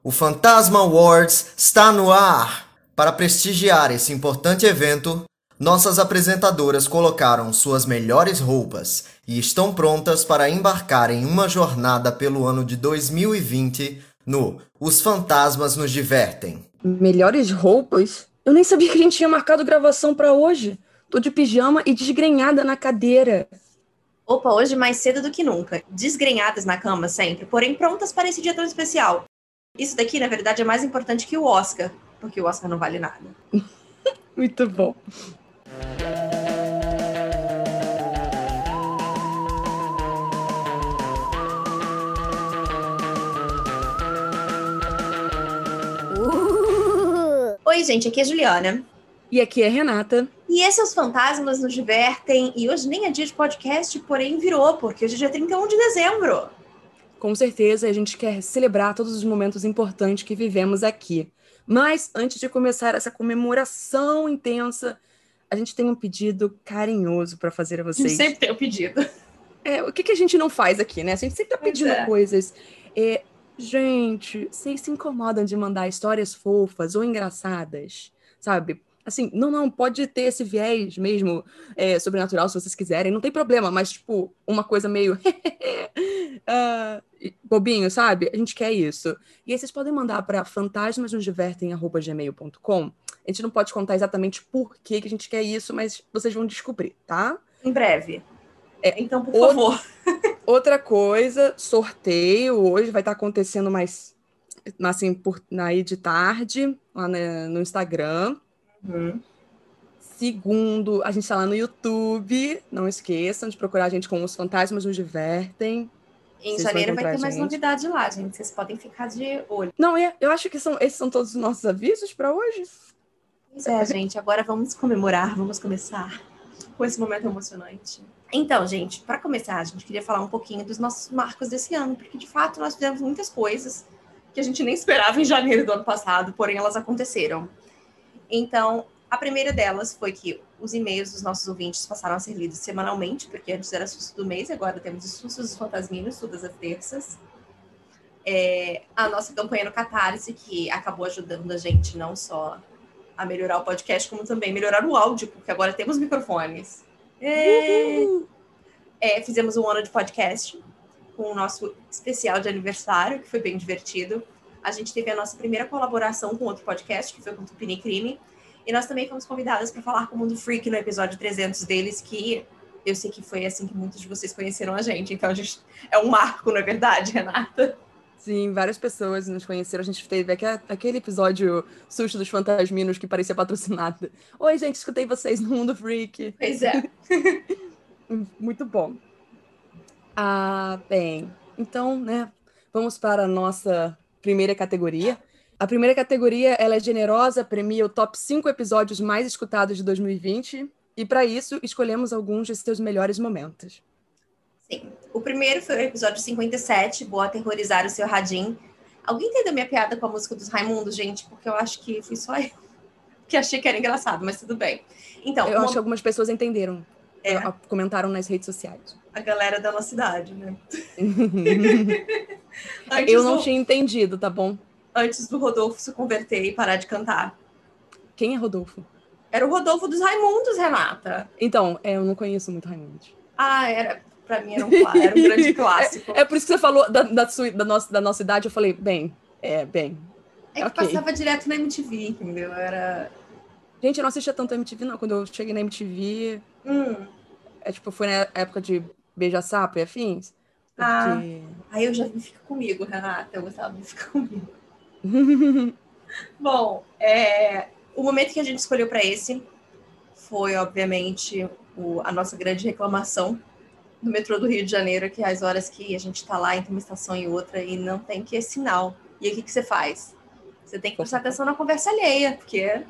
O Fantasma Awards está no ar! Para prestigiar esse importante evento, nossas apresentadoras colocaram suas melhores roupas e estão prontas para embarcar em uma jornada pelo ano de 2020 no Os Fantasmas Nos Divertem. Melhores roupas? Eu nem sabia que a gente tinha marcado gravação pra hoje. Tô de pijama e desgrenhada na cadeira. Opa, hoje mais cedo do que nunca. Desgrenhadas na cama sempre, porém prontas para esse dia tão especial. Isso daqui, na verdade, é mais importante que o Oscar, porque o Oscar não vale nada. Muito bom. Oi, gente, aqui é a Juliana. E aqui é a Renata. E esses Os Fantasmas Nos Divertem. E hoje nem é dia de podcast, porém virou, porque hoje é dia 31 de dezembro. Com certeza, a gente quer celebrar todos os momentos importantes que vivemos aqui. Mas, antes de começar essa comemoração intensa, a gente tem um pedido carinhoso para fazer a A vocês. gente sempre tem um pedido. O que a gente não faz aqui, né? A gente sempre tá pedindo coisas. Gente, vocês se incomodam de mandar histórias fofas ou engraçadas, sabe? Assim, não, pode ter esse viés mesmo sobrenatural, se vocês quiserem, não tem problema, mas, tipo, uma coisa meio bobinho, sabe? A gente quer isso. E aí vocês podem mandar para fantasmasnosdivertem@gmail.com. A gente não pode contar exatamente por que a gente quer isso, mas vocês vão descobrir, tá? Em breve. Então, por favor. Outra coisa, sorteio hoje vai estar acontecendo mais assim, aí de tarde, lá no Instagram. Segundo, a gente está lá no YouTube. Não esqueçam de procurar a gente com Os Fantasmas Nos Divertem. Em janeiro vai ter mais novidade lá, gente. Vocês podem ficar de olho. Não, eu acho que esses são todos os nossos avisos para hoje. Pois é, gente. Agora vamos comemorar, vamos começar com esse momento emocionante. Então, gente, para começar, a gente queria falar um pouquinho dos nossos marcos desse ano, porque, de fato, nós fizemos muitas coisas que a gente nem esperava em janeiro do ano passado, porém elas aconteceram. Então, a primeira delas foi que os e-mails dos nossos ouvintes passaram a ser lidos semanalmente, porque antes era susto do mês, agora temos os sustos dos fantasminhos, todas as terças. A nossa campanha no Catarse, que acabou ajudando a gente não só a melhorar o podcast, como também melhorar o áudio, porque agora temos microfones. Fizemos um ano de podcast com o nosso especial de aniversário, que foi bem divertido. A gente teve a nossa primeira colaboração com outro podcast, que foi com o Tupini Crime. E nós também fomos convidadas para falar com o Mundo Freak no episódio 300 deles, que eu sei que foi assim que muitos de vocês conheceram a gente. Então, a gente é um marco, não é verdade, Renata? Sim, várias pessoas nos conheceram. A gente teve aquele episódio Susto dos Fantasminos que parecia patrocinado. Oi, gente, escutei vocês no Mundo Freak. Pois é. Muito bom. Bem, então, né, vamos para a nossa primeira categoria. A primeira categoria, ela é generosa, premia o top 5 episódios mais escutados de 2020, e para isso escolhemos alguns de seus melhores momentos. Sim. O primeiro foi o episódio 57, Vou Aterrorizar o Seu Radinho. Alguém entendeu minha piada com a música dos Raimundos, gente? Porque eu acho que fui só eu que achei que era engraçado, mas tudo bem. Então, eu acho que algumas pessoas entenderam. Comentaram nas redes sociais. A galera da nossa cidade, né? Eu não tinha entendido, tá bom? Antes do Rodolfo se converter e parar de cantar. Quem é Rodolfo? Era o Rodolfo dos Raimundos, Renata. Então, eu não conheço muito Raimundos. Pra mim era um grande clássico. É por isso que você falou da nossa idade, eu falei, bem. É que passava direto na MTV, entendeu? Gente, eu não assistia tanto a MTV, não. Quando eu cheguei na MTV... foi na época de Beija-Sapo e afins. Aí eu já vi Fica Comigo, Renata. Eu gostava de Fica Comigo. Bom, o momento que a gente escolheu para esse foi, obviamente, a nossa grande reclamação do metrô do Rio de Janeiro, que é as horas que a gente tá lá entre uma estação e outra e não tem que sinal. E aí, o que você faz? Você tem que prestar atenção na conversa alheia, porque...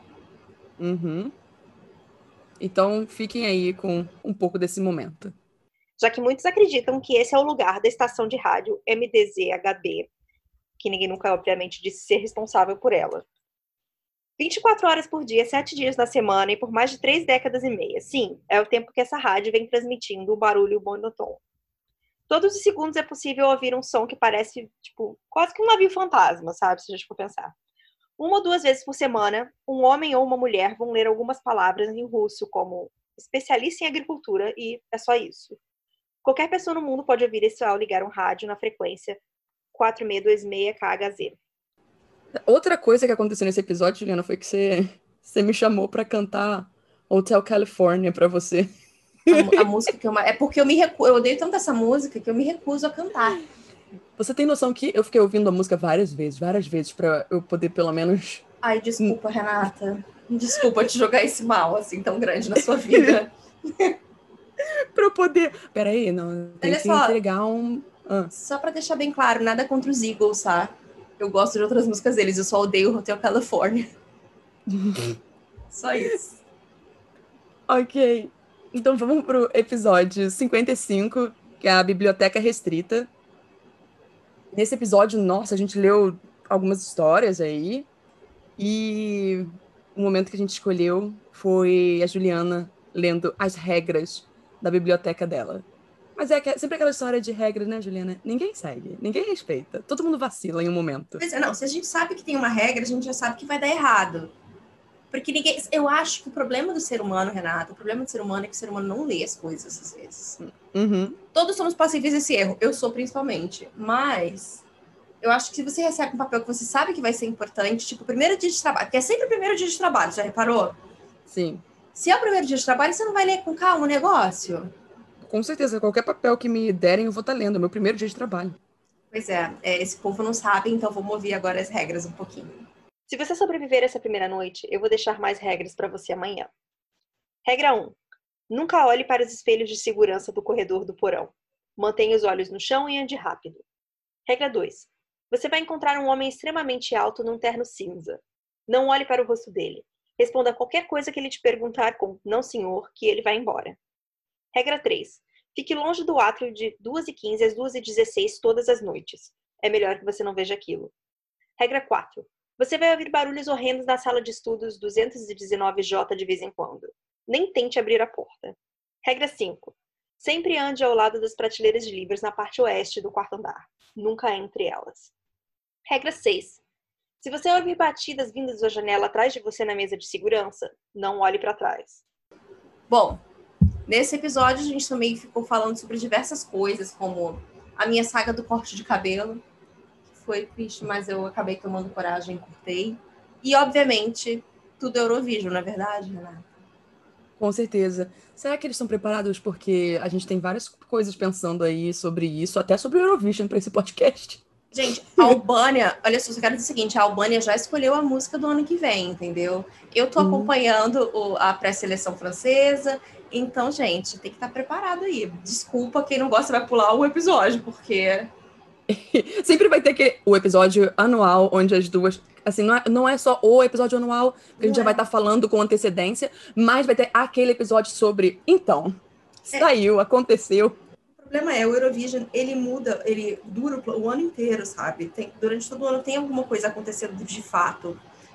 Então, fiquem aí com um pouco desse momento. Já que muitos acreditam que esse é o lugar da estação de rádio MDZ-HD, que ninguém nunca, obviamente, disse ser responsável por ela. 24 horas por dia, 7 dias na semana e por mais de 3 décadas e meia. Sim, é o tempo que essa rádio vem transmitindo o barulho monotônico. Todos os segundos é possível ouvir um som que parece, tipo, quase que um navio fantasma, sabe? Se a gente for pensar. 1 ou 2 vezes por semana, um homem ou uma mulher vão ler algumas palavras em russo, como especialista em agricultura, e é só isso. Qualquer pessoa no mundo pode ouvir isso ao ligar um rádio na frequência 4626 KHZ. Outra coisa que aconteceu nesse episódio, Juliana, foi que você me chamou pra cantar Hotel California pra você. A música que é porque eu odeio tanto essa música que eu me recuso a cantar. Você tem noção que eu fiquei ouvindo a música várias vezes, pra eu poder pelo menos... Ai, desculpa, Renata. Desculpa te jogar esse mal, assim, tão grande na sua vida. Pra eu poder... Peraí, não, tem Olha que só, entregar um... Só pra deixar bem claro, nada contra os Eagles, tá? Eu gosto de outras músicas deles, eu só odeio Hotel California. Só isso. Ok. Então vamos pro episódio 55, que é a Biblioteca Restrita. Nesse episódio, nossa, a gente leu algumas histórias aí. E o momento que a gente escolheu foi a Juliana lendo as regras da biblioteca dela. Mas sempre aquela história de regras, né, Juliana? Ninguém segue, ninguém respeita. Todo mundo vacila em um momento. Pois é, não, se a gente sabe que tem uma regra, a gente já sabe que vai dar errado. Porque eu acho que o problema do ser humano, Renato, o problema do ser humano é que o ser humano não lê as coisas às vezes. Uhum. Todos somos passíveis desse erro, eu sou principalmente. Mas eu acho que se você recebe um papel que você sabe que vai ser importante, tipo, o primeiro dia de trabalho, porque é sempre o primeiro dia de trabalho, já reparou? Sim. Se é o primeiro dia de trabalho, você não vai ler com calma o negócio? Com certeza, qualquer papel que me derem, eu vou estar lendo. É meu primeiro dia de trabalho. Pois é, esse povo não sabe, então vamos ouvir agora as regras um pouquinho. Se você sobreviver essa primeira noite, eu vou deixar mais regras para você amanhã. Regra 1. Nunca olhe para os espelhos de segurança do corredor do porão. Mantenha os olhos no chão e ande rápido. Regra 2. Você vai encontrar um homem extremamente alto num terno cinza. Não olhe para o rosto dele. Responda qualquer coisa que ele te perguntar com "não, senhor", que ele vai embora. Regra 3. Fique longe do átrio de 2h15 às 2h16 todas as noites. É melhor que você não veja aquilo. Regra 4. Você vai ouvir barulhos horrendos na sala de estudos 219J de vez em quando. Nem tente abrir a porta. Regra 5. Sempre ande ao lado das prateleiras de livros na parte oeste do quarto andar. Nunca entre elas. Regra 6. Se você ouvir batidas vindas da janela atrás de você na mesa de segurança, não olhe para trás. Bom, nesse episódio a gente também ficou falando sobre diversas coisas, como a minha saga do corte de cabelo, que foi triste, mas eu acabei tomando coragem e cortei. E, obviamente, tudo Eurovision, não é verdade, Renata? Com certeza. Será que eles estão preparados? Porque a gente tem várias coisas pensando aí sobre isso, até sobre o Eurovision para esse podcast. Gente, a Albânia, olha só, eu quero dizer o seguinte, a Albânia já escolheu a música do ano que vem, entendeu? Eu tô acompanhando a pré-seleção francesa, então, gente, tem que estar preparado aí. Desculpa, quem não gosta vai pular o episódio, porque... Sempre vai ter o episódio anual, onde as duas... Assim, não é só o episódio anual, que a gente já vai estar falando com antecedência, mas vai ter aquele episódio sobre... Então, saiu, aconteceu. O problema é, o Eurovision, ele muda, ele dura o ano inteiro, sabe? Durante todo o ano tem alguma coisa acontecendo de fato.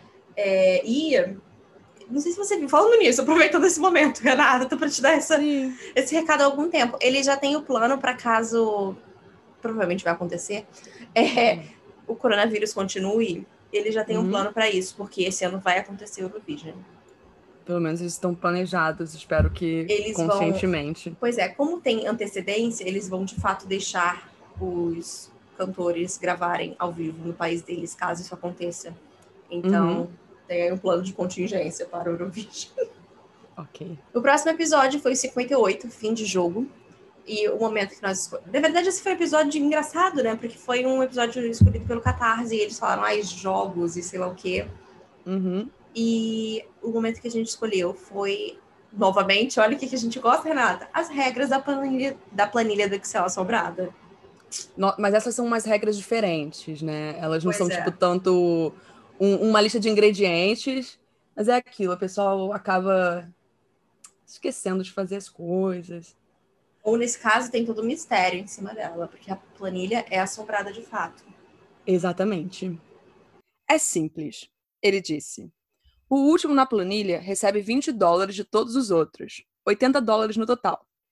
E não sei se você viu, falando nisso, aproveitando esse momento, Renata, para te dar esse recado há algum tempo. Ele já tem o plano para caso, provavelmente vai acontecer, o coronavírus continue, ele já tem um plano para isso, porque esse ano vai acontecer o Eurovision. Pelo menos eles estão planejados, espero que conscientemente. Pois é, como tem antecedência, eles vão de fato deixar os cantores gravarem ao vivo no país deles, caso isso aconteça. Então, tem aí um plano de contingência para o Eurovision. Ok. O próximo episódio foi o 58, fim de jogo. E o momento que nós... Na verdade, esse foi um episódio engraçado, né? Porque foi um episódio escolhido pelo Catarse e eles falaram, jogos e sei lá o quê. E o momento que a gente escolheu foi, novamente, olha o que a gente gosta, Renata, as regras da planilha do Excel assombrada. Mas essas são umas regras diferentes, né? Elas não são, tipo, tanto uma lista de ingredientes, mas é aquilo, o pessoal acaba esquecendo de fazer as coisas. Ou, nesse caso, tem todo um mistério em cima dela, porque a planilha é assombrada de fato. Exatamente. É simples, ele disse. O último na planilha recebe $20 de todos os outros, $80 no total.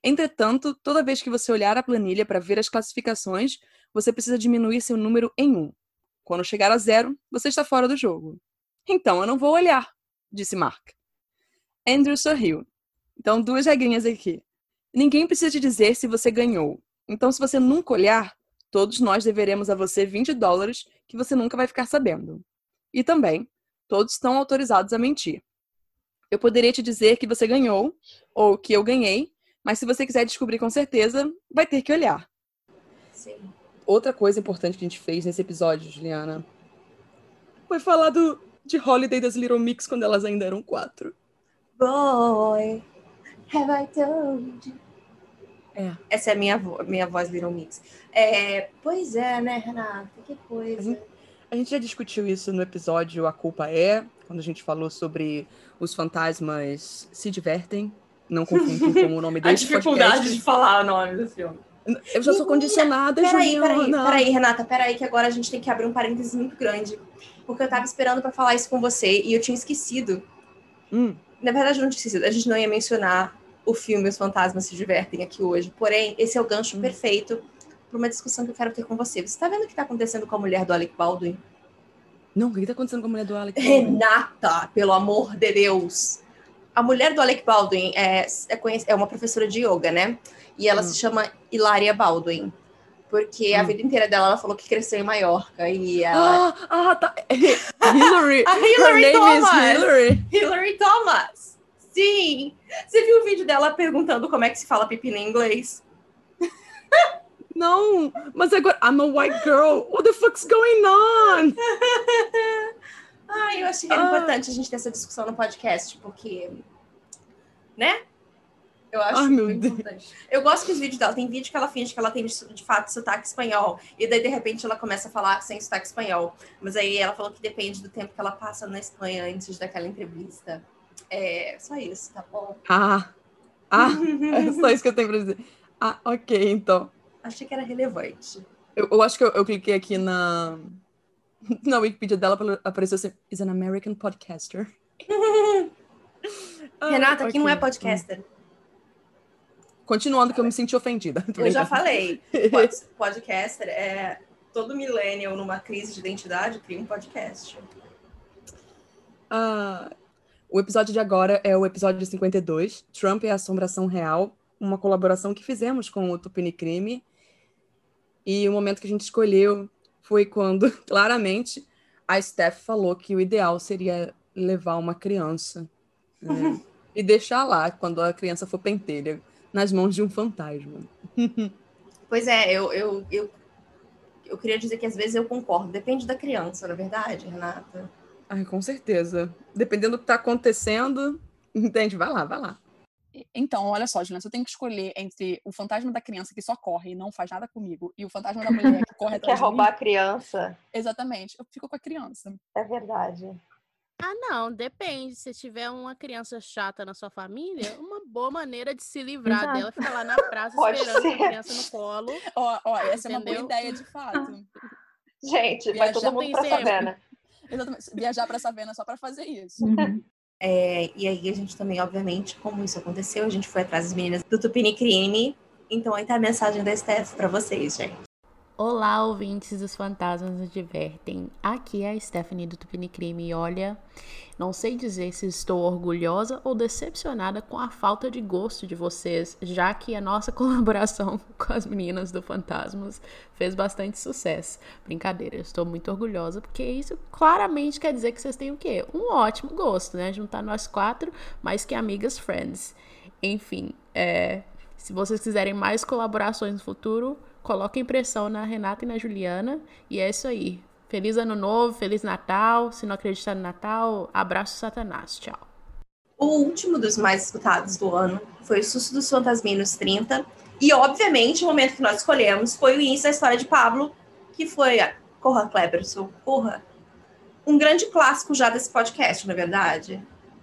Entretanto, toda vez que você olhar a planilha para ver as classificações, você precisa diminuir seu número em 1. Quando chegar a 0, você está fora do jogo. Então, eu não vou olhar, disse Mark. Andrew sorriu. Então, 2 regrinhas aqui. Ninguém precisa te dizer se você ganhou. Então, se você nunca olhar, todos nós deveremos a você $20 que você nunca vai ficar sabendo. E também, todos estão autorizados a mentir. Eu poderia te dizer que você ganhou, ou que eu ganhei, mas se você quiser descobrir com certeza, vai ter que olhar. Sim. Outra coisa importante que a gente fez nesse episódio, Juliana, foi falar de Holiday das Little Mix quando elas ainda eram 4. Boy, have I told you? Essa é a minha voz Little Mix. Pois é, né, Renata? Que coisa. A gente já discutiu isso no episódio A Culpa É, quando a gente falou sobre os fantasmas se divertem. Não confundam com o nome desse podcast. A dificuldade de falar o nome do filme. Eu já sou condicionada, Juliana. Peraí, Renata, que agora a gente tem que abrir um parênteses muito grande. Porque eu tava esperando pra falar isso com você e eu tinha esquecido. Na verdade, eu não tinha esquecido. A gente não ia mencionar o filme Os Fantasmas se Divertem aqui hoje. Porém, esse é o gancho perfeito para uma discussão que eu quero ter com você. Você tá vendo o que tá acontecendo com a mulher do Alec Baldwin? Não, o que tá acontecendo com a mulher do Alec Baldwin? Renata, pelo amor de Deus. A mulher do Alec Baldwin é uma professora de yoga, né? E ela se chama Hilaria Baldwin. Porque a vida inteira dela, ela falou que cresceu em Maiorca. E ela... tá. Hillary. A Hillary Her name Thomas. is Hillary. Hillary Thomas. Sim. Você viu o vídeo dela perguntando como é que se fala pepino em inglês? Não, mas agora, I'm a white girl. What the fuck's going on? Eu achei que era importante a gente ter essa discussão no podcast, porque, né? Eu acho muito importante. Eu gosto que os vídeos dela, tem vídeo que ela finge que ela tem de fato sotaque espanhol, e daí de repente ela começa a falar sem sotaque espanhol. Mas aí ela falou que depende do tempo que ela passa na Espanha antes daquela entrevista. Só isso, tá bom? É só isso que eu tenho pra dizer. Ok, então. Achei que era relevante. Eu acho que eu cliquei aqui na Wikipedia dela, apareceu assim, is an American podcaster. Renata, aqui não é podcaster. Continuando, que eu me senti ofendida. Eu já falei. Podcaster é todo millennial numa crise de identidade cria um podcast. O episódio de agora é o episódio 52, Trump é a Assombração Real, uma colaboração que fizemos com o Tupini Crime. E o momento que a gente escolheu foi quando, claramente, a Steph falou que o ideal seria levar uma criança, né? E deixar lá, quando a criança for pentelha, nas mãos de um fantasma. Pois é, eu queria dizer que às vezes eu concordo. Depende da criança, na verdade, Renata. Com certeza. Dependendo do que tá acontecendo, entende? Vai lá. Então, olha só, Juliana, você tem que escolher entre o fantasma da criança que só corre e não faz nada comigo e o fantasma da mulher que corre atrás Quer roubar a criança. Exatamente. Eu fico com a criança. É verdade. Não, depende. Se tiver uma criança chata na sua família, uma boa maneira de se livrar dela é ficar lá na praça esperando a criança no colo. Essa é uma boa ideia, de fato. Gente, vai todo mundo pra Savannah. Exatamente. Viajar pra Savannah só pra fazer isso. E aí a gente também, obviamente, como isso aconteceu, a gente foi atrás das meninas do Tupini Crime. Então aí tá a mensagem da Steph pra vocês, gente. Olá, ouvintes dos Fantasmas nos Divertem. Aqui é a Stephanie do Tupini Crime e olha, não sei dizer se estou orgulhosa ou decepcionada com a falta de gosto de vocês, já que a nossa colaboração com as meninas do Fantasmas fez bastante sucesso. Brincadeira, eu estou muito orgulhosa, porque isso claramente quer dizer que vocês têm o quê? Um ótimo gosto, né? Juntar nós 4, mais que amigas friends. Enfim, se vocês quiserem mais colaborações no futuro, coloquem pressão na Renata e na Juliana. E é isso aí. Feliz Ano Novo, Feliz Natal. Se não acreditar no Natal, abraço Satanás. Tchau. O último dos mais escutados do ano foi o Susto dos Fantasminos 30. E, obviamente, o momento que nós escolhemos foi o início da história de Pablo, que foi Corra, Cleberson, corra. Um grande clássico já desse podcast, não é verdade?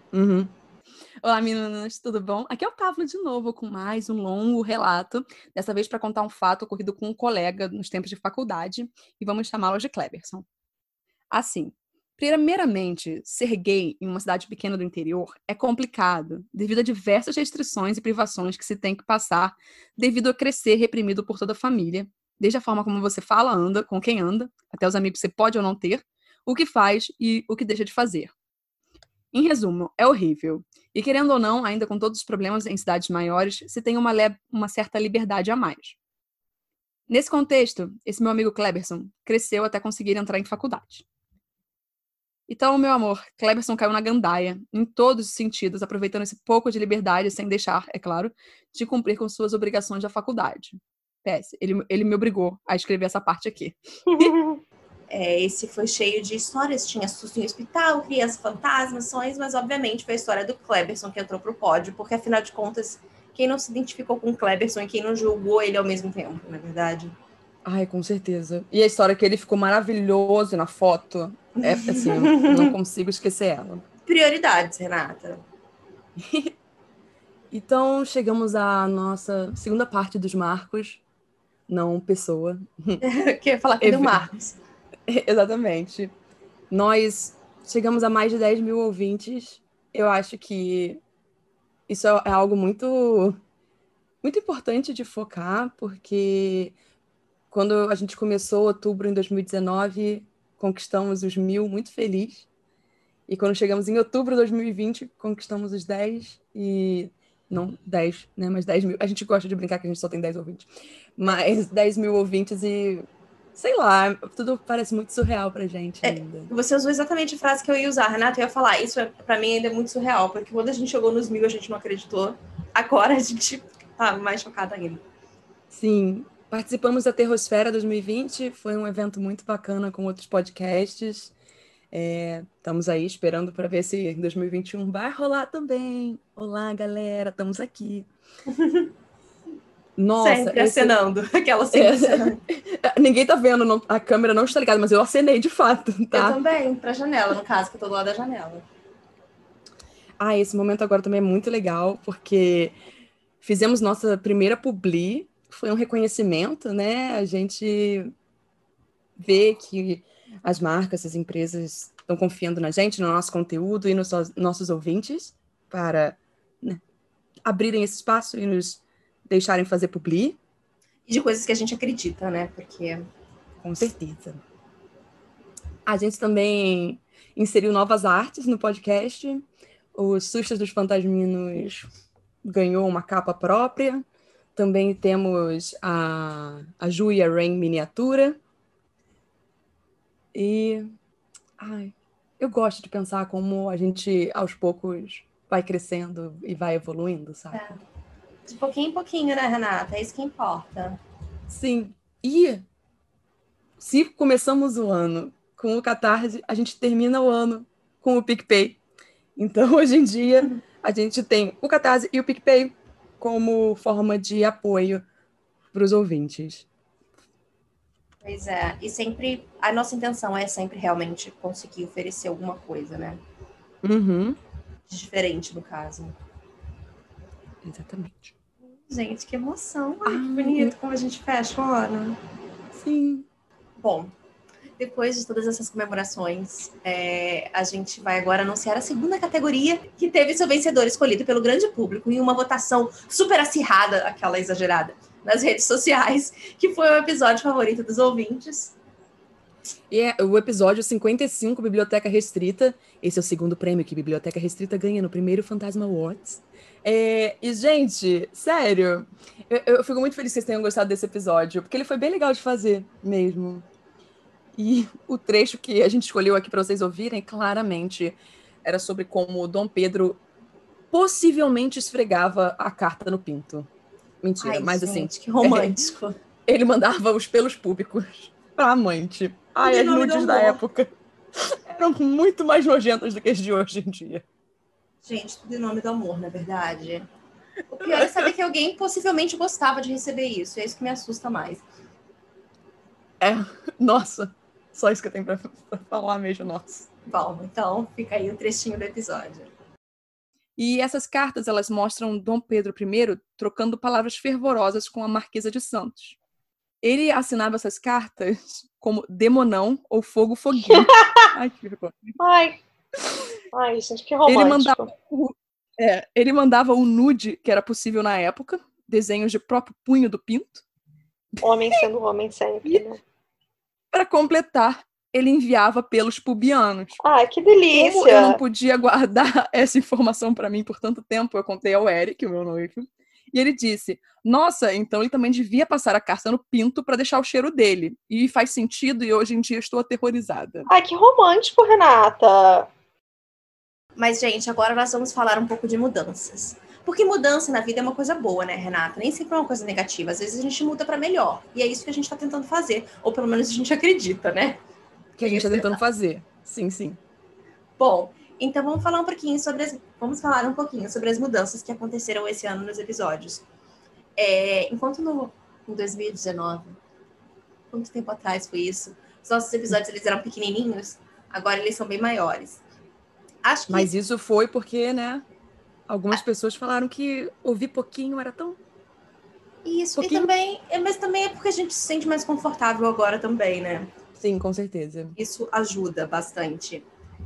Olá, meninas, tudo bom? Aqui é o Pablo de novo, com mais um longo relato, dessa vez para contar um fato ocorrido com um colega nos tempos de faculdade, e vamos chamá-lo de Cleberson. Assim, Primeiramente, ser gay em uma cidade pequena do interior é complicado, devido a diversas restrições e privações que se tem que passar devido a crescer reprimido por toda a família, desde a forma como você fala, anda, com quem anda, até os amigos que você pode ou não ter, o que faz e o que deixa de fazer. Em resumo, é horrível. E querendo ou não, ainda com todos os problemas em cidades maiores, se tem uma certa liberdade a mais. Nesse contexto, esse meu amigo Kleberson cresceu até conseguir entrar em faculdade. Então, meu amor, Kleberson caiu na gandaia, em todos os sentidos, aproveitando esse pouco de liberdade, sem deixar, é claro, de cumprir com suas obrigações da faculdade. PS, ele me obrigou a escrever essa parte aqui. Esse foi cheio de histórias, tinha susto em hospital, crianças fantasmas, sonhos, mas obviamente foi a história do Kleberson que entrou pro pódio, porque afinal de contas, quem não se identificou com o Kleberson e quem não julgou ele ao mesmo tempo, não é verdade? Ai, com certeza. E a história que ele ficou maravilhoso na foto, assim, eu não consigo esquecer ela. Prioridades, Renata. Então, chegamos à nossa segunda parte dos marcos, não pessoa. Quer falar que do Marcos. Exatamente. Nós chegamos a mais de 10 mil ouvintes. Eu acho que isso é algo muito, muito importante de focar, porque quando a gente começou outubro em 2019, conquistamos os 1.000 muito feliz. E quando chegamos em outubro de 2020, conquistamos os 10 e... Não 10, né? Mas 10 mil. A gente gosta de brincar que a gente só tem 10 ouvintes. Mas 10 mil ouvintes e... Sei lá, tudo parece muito surreal pra gente ainda. Você usou exatamente a frase que eu ia usar, Renata. Eu ia falar, isso pra mim ainda é muito surreal, porque quando a gente chegou nos 1.000, a gente não acreditou. Agora a gente tá mais chocada ainda. Sim. Participamos da Terrosfera 2020. Foi um evento muito bacana com outros podcasts. Estamos aí esperando para ver se em 2021 vai rolar também. Olá, galera, estamos aqui. Nossa, sempre acenando. Aquela sempre acenando. Ninguém tá vendo, a câmera não está ligada, mas eu acenei de fato, tá? Eu também, pra janela, no caso, que eu tô do lado da janela. Esse momento agora também é muito legal, porque fizemos nossa primeira publi, foi um reconhecimento, né? A gente vê que as marcas, as empresas estão confiando na gente, no nosso conteúdo e nos nossos ouvintes para, né, abrirem esse espaço e nos deixarem fazer publi. E de coisas que a gente acredita, né? Porque... Com certeza. A gente também inseriu novas artes no podcast. Os Sustas dos Fantasminos ganhou uma capa própria. Também temos a Ju e a Rain miniatura. E eu gosto de pensar como a gente, aos poucos, vai crescendo e vai evoluindo, sabe? De pouquinho em pouquinho, né, Renata? É isso que importa. Sim. E se começamos o ano com o Catarse, a gente termina o ano com o PicPay. Então, hoje em dia, a gente tem o Catarse e o PicPay como forma de apoio para os ouvintes. Pois é, e sempre, a nossa intenção é sempre realmente conseguir oferecer alguma coisa, né? Uhum. Diferente, no caso. Exatamente. Gente, que emoção. Ai, que bonito como a gente fecha o ano. Sim. Bom, depois de todas essas comemorações, a gente vai agora anunciar a segunda categoria, que teve seu vencedor escolhido pelo grande público em uma votação super acirrada, aquela exagerada, nas redes sociais, que foi o episódio favorito dos ouvintes. E é o episódio 55, Biblioteca Restrita. Esse é o segundo prêmio que Biblioteca Restrita ganha no primeiro Fantasma Awards. E, gente, sério, eu fico muito feliz que vocês tenham gostado desse episódio, porque ele foi bem legal de fazer mesmo. E o trecho que a gente escolheu aqui para vocês ouvirem, claramente, era sobre como o Dom Pedro possivelmente esfregava a carta no pinto. Mentira, mas gente, assim... que romântico. Ele mandava os pelos públicos pra amante. As nudes da época eram muito mais nojentas do que as de hoje em dia. Gente, tudo em nome do amor, na verdade. O pior é saber que alguém possivelmente gostava de receber isso. É isso que me assusta mais. Nossa. Só isso que eu tenho pra falar mesmo, nossa. Bom, então fica aí o trechinho do episódio. E essas cartas, elas mostram Dom Pedro I trocando palavras fervorosas com a Marquesa de Santos. Ele assinava essas cartas como Demonão ou Fogo Foguinho. Ai, que vergonha. Ai, gente, que romântico. Ele mandava o nude, que era possível na época, desenhos de próprio punho do pinto. Homem sendo homem sempre, né? Para completar, ele enviava pelos pubianos. Ai, que delícia! Como eu não podia guardar essa informação para mim por tanto tempo, eu contei ao Eric, o meu noivo, e ele disse, nossa, então ele também devia passar a carta no pinto para deixar o cheiro dele. E faz sentido, e hoje em dia estou aterrorizada. Ai, que romântico, Renata! Mas, gente, agora nós vamos falar um pouco de mudanças. Porque mudança na vida é uma coisa boa, né, Renata? Nem sempre é uma coisa negativa. Às vezes a gente muda para melhor. E é isso que a gente está tentando fazer. Ou pelo menos a gente acredita, né? Que a gente está tentando fazer. Sim, sim. Bom, então vamos falar um pouquinho sobre as mudanças que aconteceram esse ano nos episódios. Enquanto em 2019, quanto tempo atrás foi isso? Os nossos episódios eles eram pequenininhos, agora eles são bem maiores. Mas isso foi porque, né, algumas pessoas falaram que ouvir pouquinho era tão... Isso, pouquinho. Mas também é porque a gente se sente mais confortável agora também, né? Sim, com certeza. Isso ajuda bastante.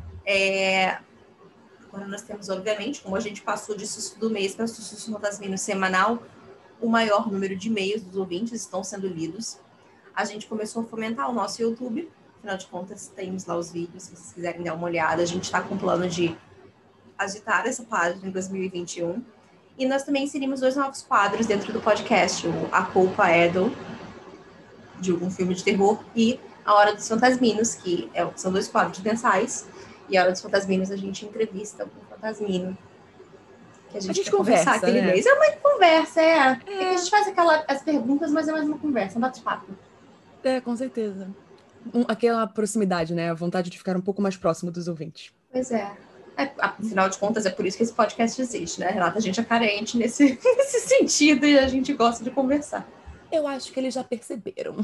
Agora nós temos, obviamente, como a gente passou de Sussurro do Mês para Sussurro Fantasmino semanal, o maior número de e-mails dos ouvintes estão sendo lidos. A gente começou a fomentar o nosso YouTube. Afinal de contas, temos lá os vídeos, se vocês quiserem dar uma olhada. A gente está com o plano de agitar essa página em 2021. E nós também inserimos 2 novos quadros dentro do podcast. A Culpa é de algum filme de terror e A Hora dos Fantasminos, que são 2 quadros mensais. E A Hora dos Fantasminos a gente entrevista algum fantasmino. Que a gente conversa aquele mês. É uma conversa, É que a gente faz as perguntas, mas é mais uma conversa, um bate-papo. Com certeza. Aquela proximidade, né? A vontade de ficar um pouco mais próximo dos ouvintes. Pois é. Afinal de contas, é por isso que esse podcast existe, né, Renata? A gente é carente nesse sentido e a gente gosta de conversar. Eu acho que eles já perceberam.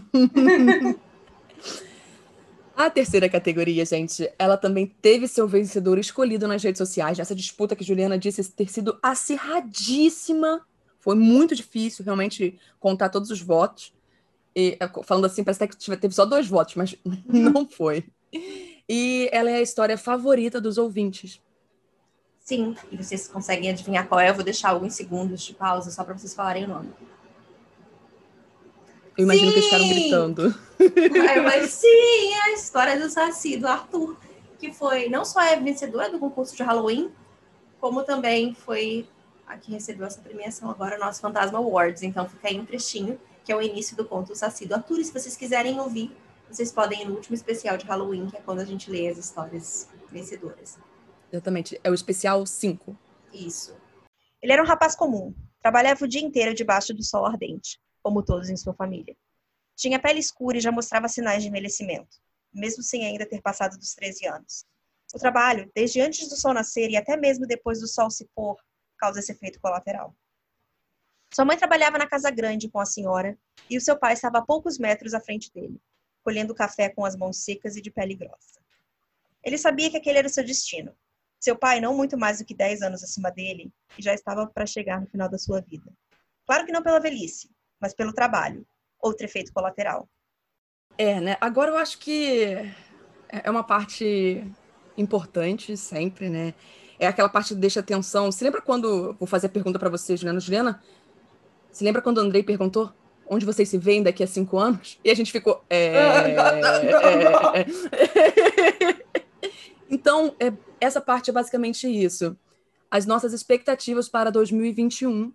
A terceira categoria, gente, ela também teve seu vencedor escolhido nas redes sociais, nessa disputa que Juliana disse ter sido acirradíssima. Foi muito difícil, realmente, contar todos os votos. E, falando assim, parece até que teve só 2 votos, mas não foi. E ela é a história favorita dos ouvintes. Sim, e vocês conseguem adivinhar qual é? Eu vou deixar alguns segundos de pausa só para vocês falarem o nome. Eu imagino que eles ficaram gritando. Mas sim, a história do Saci, do Arthur, que foi não só a vencedora do concurso de Halloween, como também foi a que recebeu essa premiação agora, nosso Fantasma Awards. Então fica aí um trechinho, que é o início do conto Saci do Arthur. E se vocês quiserem ouvir, vocês podem ir no último especial de Halloween, que é quando a gente lê as histórias vencedoras. Exatamente, é o especial 5. Isso. Ele era um rapaz comum, trabalhava o dia inteiro debaixo do sol ardente, como todos em sua família. Tinha pele escura e já mostrava sinais de envelhecimento, mesmo sem ainda ter passado dos 13 anos. O trabalho, desde antes do sol nascer e até mesmo depois do sol se pôr, causa esse efeito colateral. Sua mãe trabalhava na casa grande com a senhora e o seu pai estava a poucos metros à frente dele, colhendo café com as mãos secas e de pele grossa. Ele sabia que aquele era o seu destino. Seu pai, não muito mais do que 10 anos acima dele, e já estava para chegar no final da sua vida. Claro que não pela velhice, mas pelo trabalho. Outro efeito colateral. Né? Agora eu acho que é uma parte importante sempre, né? É aquela parte que deixa atenção. Você lembra quando... Vou fazer a pergunta para você, Juliana. Juliana, você lembra quando o Andrei perguntou onde vocês se veem daqui a 5 anos? E a gente ficou... Então, essa parte é basicamente isso. As nossas expectativas para 2021.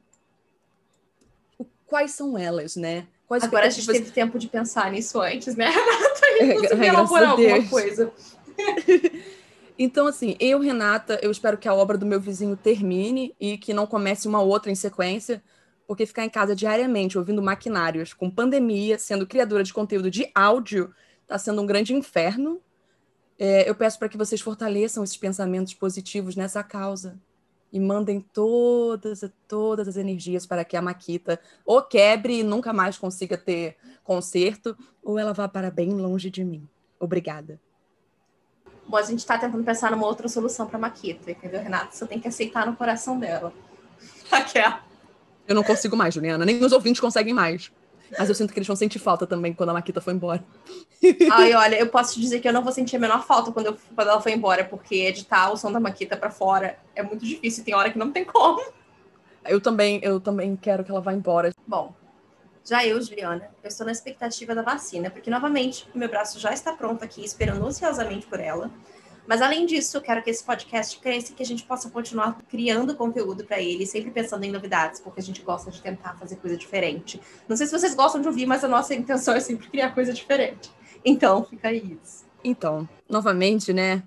Quais são elas, né? Quais Agora a gente teve tempo de pensar nisso antes, né, Renata? E conseguir elaborar alguma coisa. Então, assim, Renata, eu espero que a obra do meu vizinho termine e que não comece uma outra em sequência, porque ficar em casa diariamente ouvindo maquinários, com pandemia, sendo criadora de conteúdo de áudio, está sendo um grande inferno. Eu peço para que vocês fortaleçam esses pensamentos positivos nessa causa e mandem todas as energias para que a Maquita ou quebre e nunca mais consiga ter conserto, ou ela vá para bem longe de mim. Obrigada. Bom, a gente está tentando pensar numa outra solução para a Maquita, entendeu, Renata? Você tem que aceitar no coração dela. Raquel. Eu não consigo mais, Juliana. Nem os ouvintes conseguem mais. Mas eu sinto que eles vão sentir falta também quando a Makita for embora. Ai, olha, eu posso te dizer que eu não vou sentir a menor falta quando ela for embora, porque editar o som da Makita pra fora é muito difícil, tem hora que não tem como. Eu também quero que ela vá embora. Bom, já eu, Juliana, eu estou na expectativa da vacina, porque, novamente, o meu braço já está pronto aqui, esperando ansiosamente por ela. Mas, além disso, eu quero que esse podcast cresça e que a gente possa continuar criando conteúdo para ele, sempre pensando em novidades, porque a gente gosta de tentar fazer coisa diferente. Não sei se vocês gostam de ouvir, mas a nossa intenção é sempre criar coisa diferente. Então, fica aí isso. Então, novamente, né?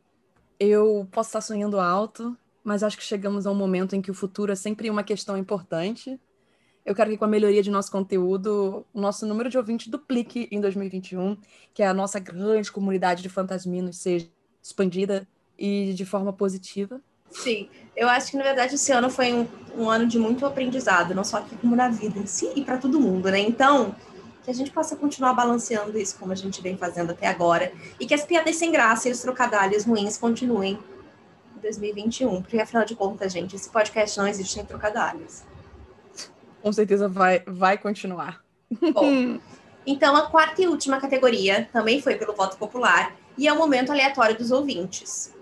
Eu posso estar sonhando alto, mas acho que chegamos a um momento em que o futuro é sempre uma questão importante. Eu quero que com a melhoria de nosso conteúdo, o nosso número de ouvintes duplique em 2021, que a nossa grande comunidade de fantasminos seja expandida e de forma positiva. Sim, eu acho que, na verdade, esse ano foi um ano de muito aprendizado, não só aqui como na vida em si e para todo mundo, né? Então, que a gente possa continuar balanceando isso como a gente vem fazendo até agora e que as piadas sem graça e os trocadilhos ruins continuem em 2021, porque, afinal de contas, gente, esse podcast não existe sem trocadilhos. Com certeza vai continuar. Bom, então a quarta e última categoria também foi pelo voto popular e é o momento aleatório dos ouvintes.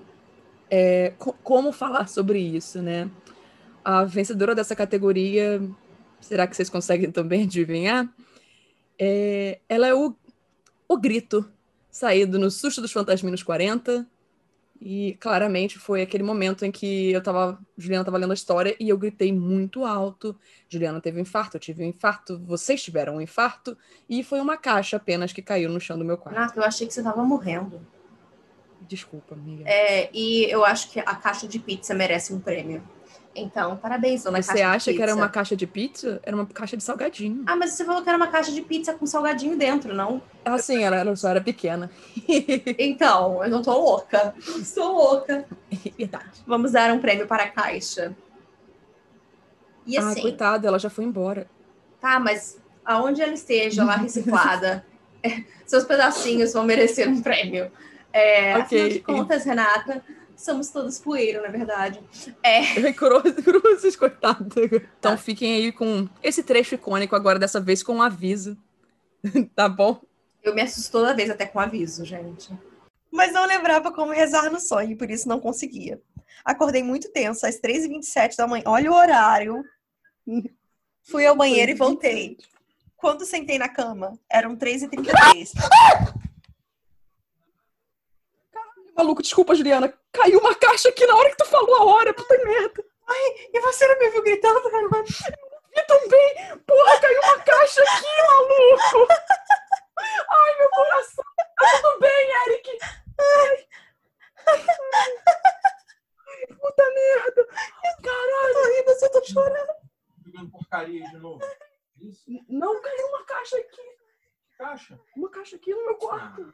Como falar sobre isso, né? A vencedora dessa categoria, será que vocês conseguem também adivinhar? Ela é o grito saído no Susto dos Fantasminos 40. E claramente foi aquele momento em que Juliana estava lendo a história e eu gritei muito alto. Juliana teve um infarto, eu tive um infarto, vocês tiveram um infarto, e foi uma caixa apenas que caiu no chão do meu quarto. Renato, eu achei que você estava morrendo. Desculpa, amiga. E eu acho que a caixa de pizza merece um prêmio. Então, parabéns, dona Caixa de Pizza. Você acha que era uma caixa de pizza? Era uma caixa de salgadinho. Ah, mas você falou que era uma caixa de pizza com salgadinho dentro, não? Ah, sim, ela só era pequena. Então, eu não tô louca. Estou louca. Verdade. Vamos dar um prêmio para a caixa. E assim... coitada, ela já foi embora. Tá, mas aonde ela esteja lá reciclada, seus pedacinhos vão merecer um prêmio. Afinal de contas, Renata, somos todos poeira, na verdade. Cruzes, coitada. Então fiquem aí com esse trecho icônico agora, dessa vez com um aviso. Tá bom? Eu me assusto toda vez, até com aviso, gente. Mas não lembrava como rezar no sonho, e por isso não conseguia. Acordei muito tenso, às 3h27 da manhã. Olha o horário. Fui ao banheiro e voltei. Quando sentei na cama, eram 3h33. Maluco, desculpa, Juliana. Caiu uma caixa aqui na hora que tu falou a hora, puta merda. Ai, e você não me viu gritando, cara? Eu também. Porra, caiu uma caixa aqui, maluco. Ai, meu coração. Tá tudo bem, Eric? Ai, puta merda. Caralho. Eu tô rindo, eu tô chorando. Jogando porcaria de novo. Isso? Não, caiu uma caixa aqui. Caixa? Uma caixa aqui no meu quarto.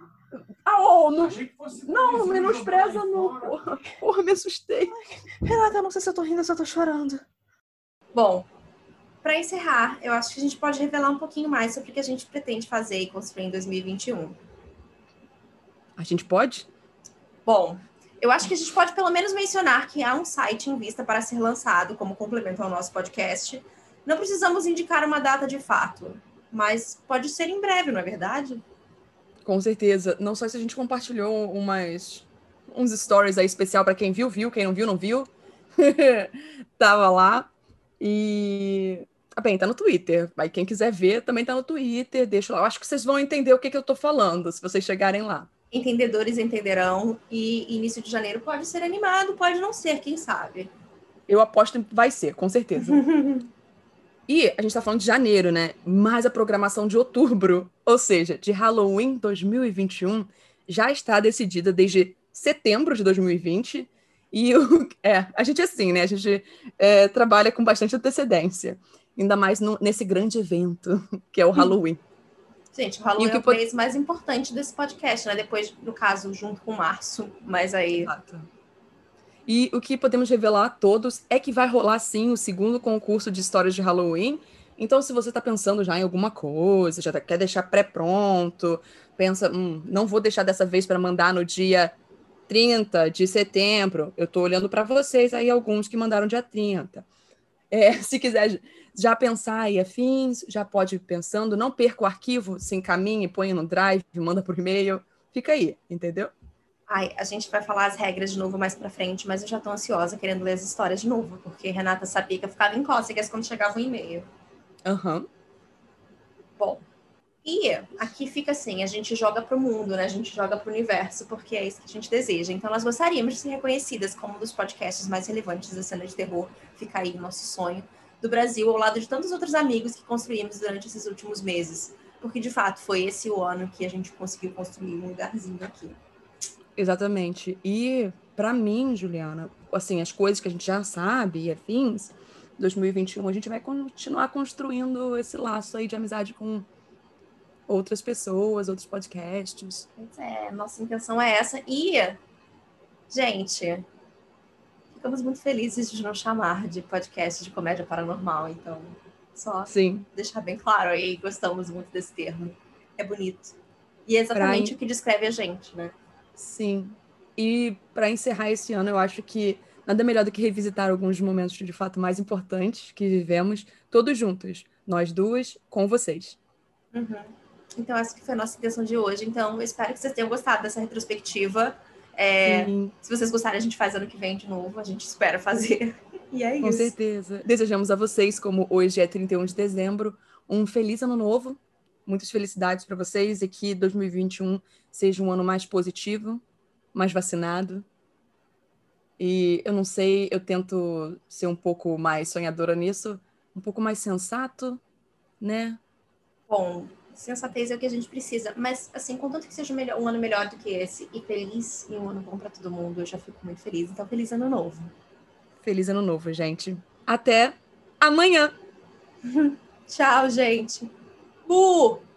Não menospreza não, porra. Porra, me assustei. Renata, eu não sei se eu tô rindo ou se eu tô chorando. Bom, para encerrar, eu acho que a gente pode revelar um pouquinho mais sobre o que a gente pretende fazer e construir em 2021. A gente pode? Bom, eu acho que a gente pode pelo menos mencionar que há um site em vista para ser lançado como complemento ao nosso podcast. Não precisamos indicar uma data de fato, mas pode ser em breve, não é verdade? Com certeza. Não só se a gente compartilhou uns stories aí especial para quem viu, quem não viu, não viu. Tava lá. E... tá no Twitter. Aí quem quiser ver, também tá no Twitter. Deixa lá. Eu acho que vocês vão entender o que eu tô falando, se vocês chegarem lá. Entendedores entenderão. E início de janeiro pode ser animado, pode não ser, quem sabe? Eu aposto que vai ser, com certeza. E a gente tá falando de janeiro, né? Mas a programação de outubro, ou seja, de Halloween 2021, já está decidida desde setembro de 2020. E a gente é assim, né? A gente trabalha com bastante antecedência. Ainda mais nesse grande evento, que é o Halloween. Gente, o Halloween é o mês mais importante desse podcast, né? Depois, no caso, junto com março. Mas aí... Exato. E o que podemos revelar a todos é que vai rolar, sim, o segundo concurso de histórias de Halloween. Então, se você está pensando já em alguma coisa, já quer deixar pré-pronto, pensa, não vou deixar dessa vez para mandar no dia 30 de setembro. Eu estou olhando para vocês aí, alguns que mandaram dia 30. Se já pensar e afins, já pode ir pensando, não perca o arquivo, se encaminhe, põe no Drive, manda por e-mail, fica aí, entendeu? Ai, a gente vai falar as regras de novo mais pra frente, mas eu já tô ansiosa querendo ler as histórias de novo, porque Renata sabia que eu ficava em cócegas quando chegava um e-mail. Aham. Bom, e aqui fica assim, a gente joga pro mundo, né? A gente joga pro universo, porque é isso que a gente deseja. Então, nós gostaríamos de ser reconhecidas como um dos podcasts mais relevantes da cena de terror. Fica aí o nosso sonho do Brasil, ao lado de tantos outros amigos que construímos durante esses últimos meses. Porque, de fato, foi esse o ano que a gente conseguiu construir um lugarzinho aqui. Exatamente. E, para mim, Juliana, assim, as coisas que a gente já sabe e afins, 2021 a gente vai continuar construindo esse laço aí de amizade com outras pessoas, outros podcasts. Pois é, nossa intenção é essa. E, gente, ficamos muito felizes de não chamar de podcast de comédia paranormal. Então, só Sim, deixar bem claro aí, gostamos muito desse termo. É bonito. E é pra, exatamente o que descreve a gente, né? sim. E para encerrar esse ano, eu acho que nada melhor do que revisitar alguns momentos de fato mais importantes que vivemos todos juntos, nós duas, com vocês. Uhum. Então, essa que foi a nossa intenção de hoje. Então, eu espero que vocês tenham gostado dessa retrospectiva. Sim, Se vocês gostarem, a gente faz ano que vem de novo. A gente espera fazer. E é com isso. certeza. Desejamos a vocês, como hoje é 31 de dezembro, um feliz ano novo. Muitas felicidades para vocês e que 2021 seja um ano mais positivo, mais vacinado. E eu não sei, eu tento ser um pouco mais sonhadora nisso, um pouco mais sensato, né? Bom, sensatez é o que a gente precisa. Mas, assim, contanto que seja um ano melhor do que esse e feliz e um ano bom para todo mundo, eu já fico muito feliz. Então, feliz ano novo. Feliz ano novo, gente. Até amanhã! Tchau, gente.